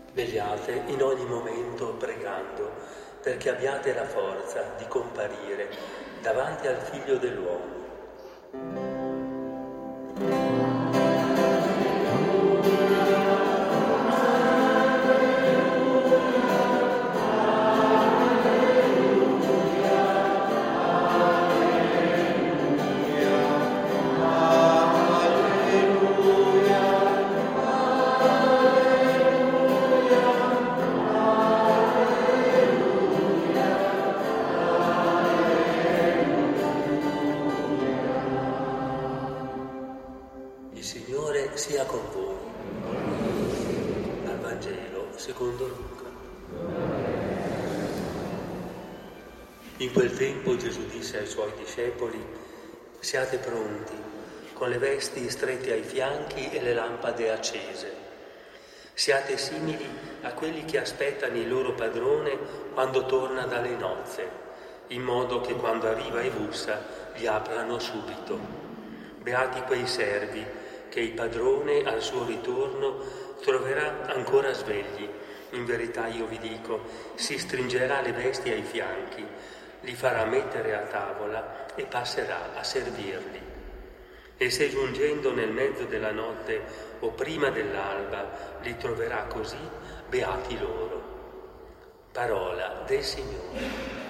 Vegliate in ogni momento pregando, perché abbiate la forza di comparire davanti al Figlio dell'uomo. Il Signore sia con voi. Dal Vangelo secondo Luca. In quel tempo Gesù disse ai suoi discepoli: siate pronti, con le vesti strette ai fianchi e le lampade accese. Siate simili a quelli che aspettano il loro padrone quando torna dalle nozze, in modo che quando arriva e bussa gli aprano subito. Beati quei servi che il padrone al suo ritorno troverà ancora svegli. In verità io vi dico, si stringerà le vesti ai fianchi, li farà mettere a tavola e passerà a servirli. E se giungendo nel mezzo della notte o prima dell'alba li troverà così, beati loro. Parola del Signore.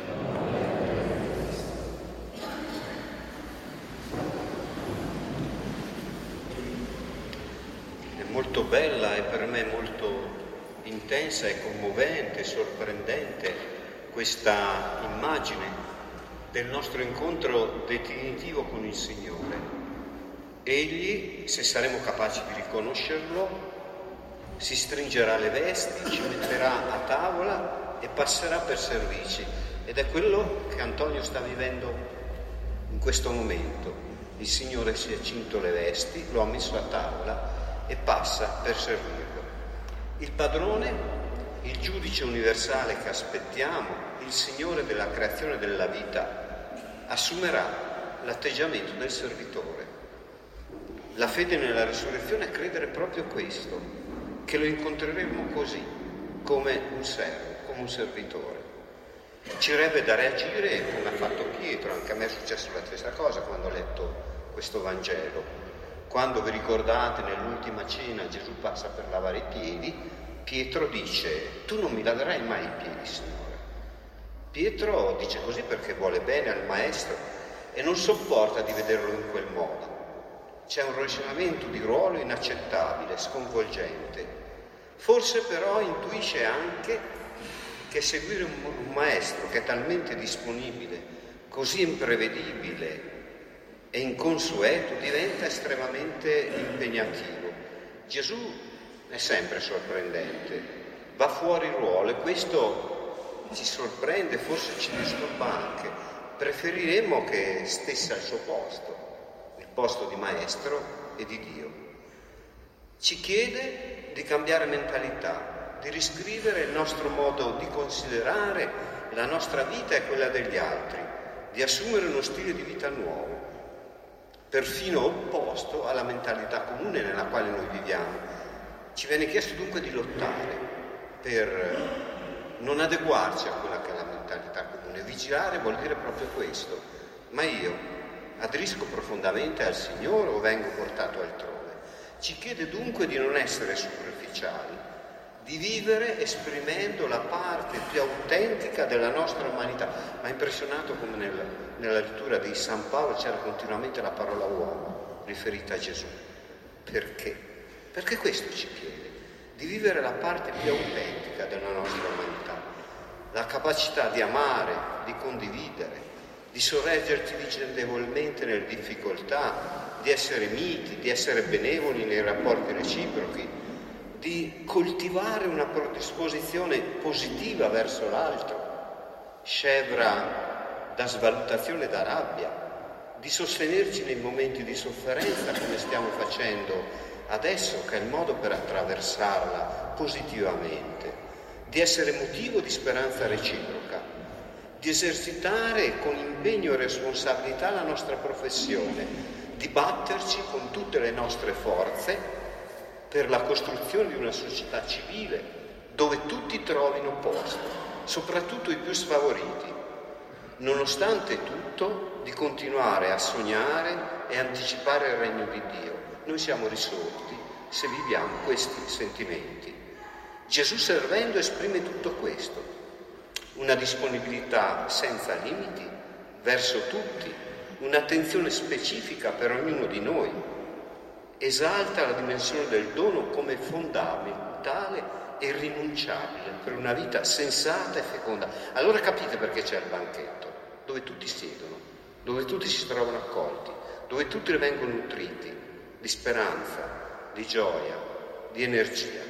Molto bella e per me molto intensa e commovente, sorprendente questa immagine del nostro incontro definitivo con il Signore. Egli, se saremo capaci di riconoscerlo, si stringerà le vesti, ci metterà a tavola e passerà per servirci. Ed è quello che Antonio sta vivendo in questo momento. Il Signore si è cinto le vesti, lo ha messo a tavola e passa per servirlo. Il padrone, il giudice universale che aspettiamo, il Signore della creazione e della vita, assumerà l'atteggiamento del servitore. La fede nella risurrezione è credere proprio questo, che lo incontreremo così, come un servo, come un servitore. Ci avrebbe da reagire come ha fatto Pietro. Anche a me è successa la stessa cosa quando ho letto questo Vangelo. Quando vi ricordate nell'ultima cena Gesù passa per lavare i piedi, Pietro dice: tu non mi laverai mai i piedi, Signore. Pietro dice così perché vuole bene al maestro e non sopporta di vederlo in quel modo. C'è un rovesciamento di ruolo inaccettabile, sconvolgente. Forse però intuisce anche che seguire un maestro che è talmente disponibile, così imprevedibile e inconsueto, diventa estremamente impegnativo. Gesù è sempre sorprendente, va fuori ruolo e questo ci sorprende, forse ci disturba anche. Preferiremmo che stesse al suo posto, il posto di maestro e di Dio. Ci chiede di cambiare mentalità, di riscrivere il nostro modo di considerare la nostra vita e quella degli altri, di assumere uno stile di vita nuovo, perfino opposto alla mentalità comune nella quale noi viviamo. Ci viene chiesto dunque di lottare per non adeguarci a quella che è la mentalità comune. Vigilare vuol dire proprio questo. Ma io aderisco profondamente al Signore o vengo portato altrove? Ci chiede dunque di non essere superficiali, di vivere esprimendo la parte più autentica della nostra umanità. Mi ha impressionato come nella lettura di San Paolo c'era continuamente la parola uomo riferita a Gesù. Perché? Perché questo ci chiede, di vivere la parte più autentica della nostra umanità, la capacità di amare, di condividere, di sorreggerci vicendevolmente nelle difficoltà, di essere miti, di essere benevoli nei rapporti reciprochi, di coltivare una predisposizione positiva verso l'altro, scevra da svalutazione e da rabbia, di sostenerci nei momenti di sofferenza come stiamo facendo adesso, che è il modo per attraversarla positivamente, di essere motivo di speranza reciproca, di esercitare con impegno e responsabilità la nostra professione, di batterci con tutte le nostre forze per la costruzione di una società civile dove tutti trovino posto, soprattutto i più sfavoriti, nonostante tutto di continuare a sognare e anticipare il regno di Dio. Noi siamo risorti se viviamo questi sentimenti. Gesù servendo esprime tutto questo, una disponibilità senza limiti verso tutti, un'attenzione specifica per ognuno di noi, esalta la dimensione del dono come fondamentale e irrinunciabile per una vita sensata e feconda. Allora capite perché c'è il banchetto, dove tutti siedono, dove tutti si trovano accolti, dove tutti vengono nutriti di speranza, di gioia, di energia.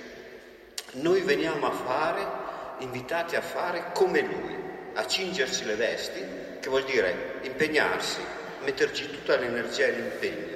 Noi veniamo a fare, invitati a fare come Lui, a cingerci le vesti, che vuol dire impegnarsi, metterci tutta l'energia e l'impegno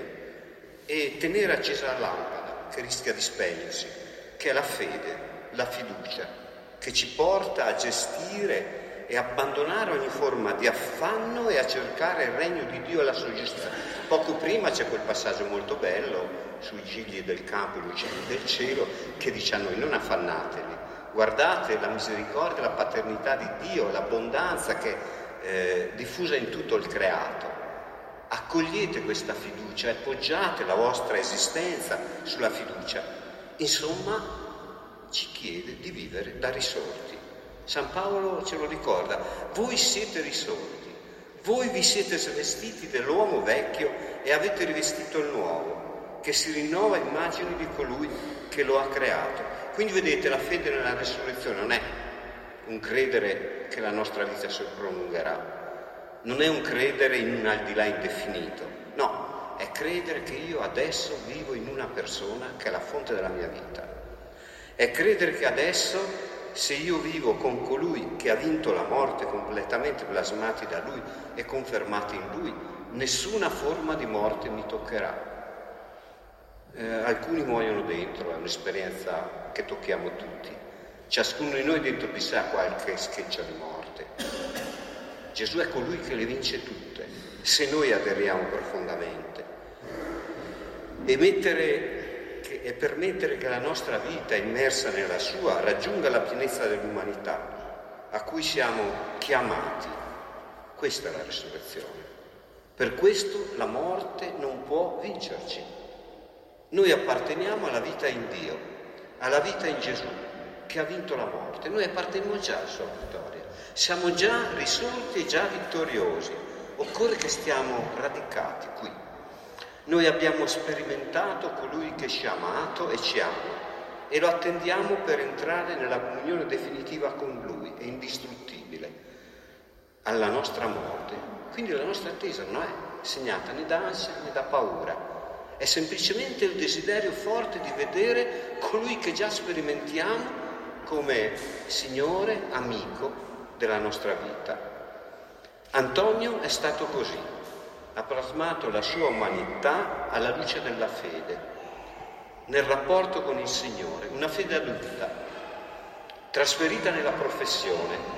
e tenere accesa la lampada che rischia di spegnersi, che è la fede, la fiducia, che ci porta a gestire e abbandonare ogni forma di affanno e a cercare il regno di Dio e la sua giustizia. Poco prima c'è quel passaggio molto bello sui gigli del campo e gli uccelli del cielo che dice a noi: non affannatevi, guardate la misericordia, la paternità di Dio, l'abbondanza che è diffusa in tutto il creato. Accogliete questa fiducia e poggiate la vostra esistenza sulla fiducia. Insomma, ci chiede di vivere da risorti. San Paolo ce lo ricorda: voi siete risorti, voi vi siete svestiti dell'uomo vecchio e avete rivestito il nuovo, che si rinnova a immagine di colui che lo ha creato. Quindi vedete, la fede nella risurrezione non è un credere che la nostra vita si prolungherà, non è un credere in un al di là indefinito, no, è credere che io adesso vivo in una persona che è la fonte della mia vita. È credere che adesso, se io vivo con colui che ha vinto la morte completamente plasmati da lui e confermati in lui, nessuna forma di morte mi toccherà. Alcuni muoiono dentro, è un'esperienza che tocchiamo tutti. Ciascuno di noi dentro di sé ha qualche scheggia di morte. Gesù è colui che le vince tutte, se noi aderiamo profondamente. E permettere che la nostra vita, immersa nella sua, raggiunga la pienezza dell'umanità a cui siamo chiamati. Questa è la risurrezione. Per questo la morte non può vincerci. Noi apparteniamo alla vita in Dio, alla vita in Gesù, che ha vinto la morte. Noi apparteniamo già alla sua vittoria. Siamo già risorti e già vittoriosi. Occorre che stiamo radicati qui. Noi abbiamo sperimentato colui che ci ha amato e ci ama e lo attendiamo per entrare nella comunione definitiva con lui e indistruttibile alla nostra morte. Quindi la nostra attesa non è segnata né da ansia né da paura, è semplicemente il desiderio forte di vedere colui che già sperimentiamo come Signore, amico della nostra vita. Antonio è stato così, ha plasmato la sua umanità alla luce della fede, nel rapporto con il Signore, una fede adulta, trasferita nella professione,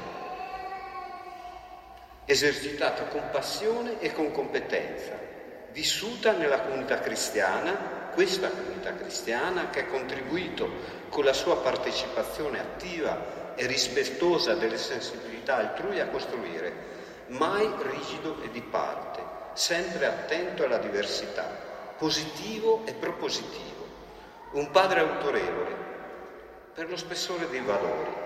esercitata con passione e con competenza, vissuta nella comunità cristiana, questa comunità cristiana che ha contribuito con la sua partecipazione attiva e rispettosa delle sensibilità altrui a costruire, mai rigido e di parte, sempre attento alla diversità, positivo e propositivo, un padre autorevole per lo spessore dei valori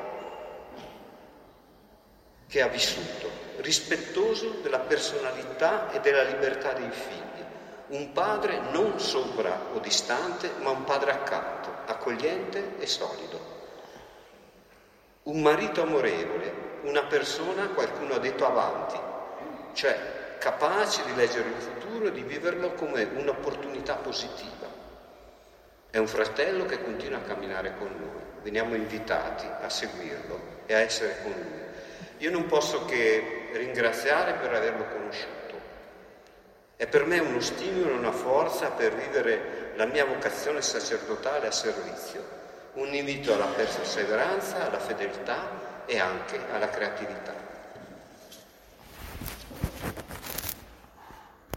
che ha vissuto, rispettoso della personalità e della libertà dei figli, un padre non sopra o distante, ma un padre accanto, accogliente e solido, un marito amorevole, una persona, qualcuno ha detto, avanti, cioè capace di leggere il futuro e di viverlo come un'opportunità positiva. È un fratello che continua a camminare con noi, veniamo invitati a seguirlo e a essere con lui. Io non posso che ringraziare per averlo conosciuto. È per me uno stimolo e una forza per vivere la mia vocazione sacerdotale a servizio, un invito alla perseveranza, alla fedeltà e anche alla creatività.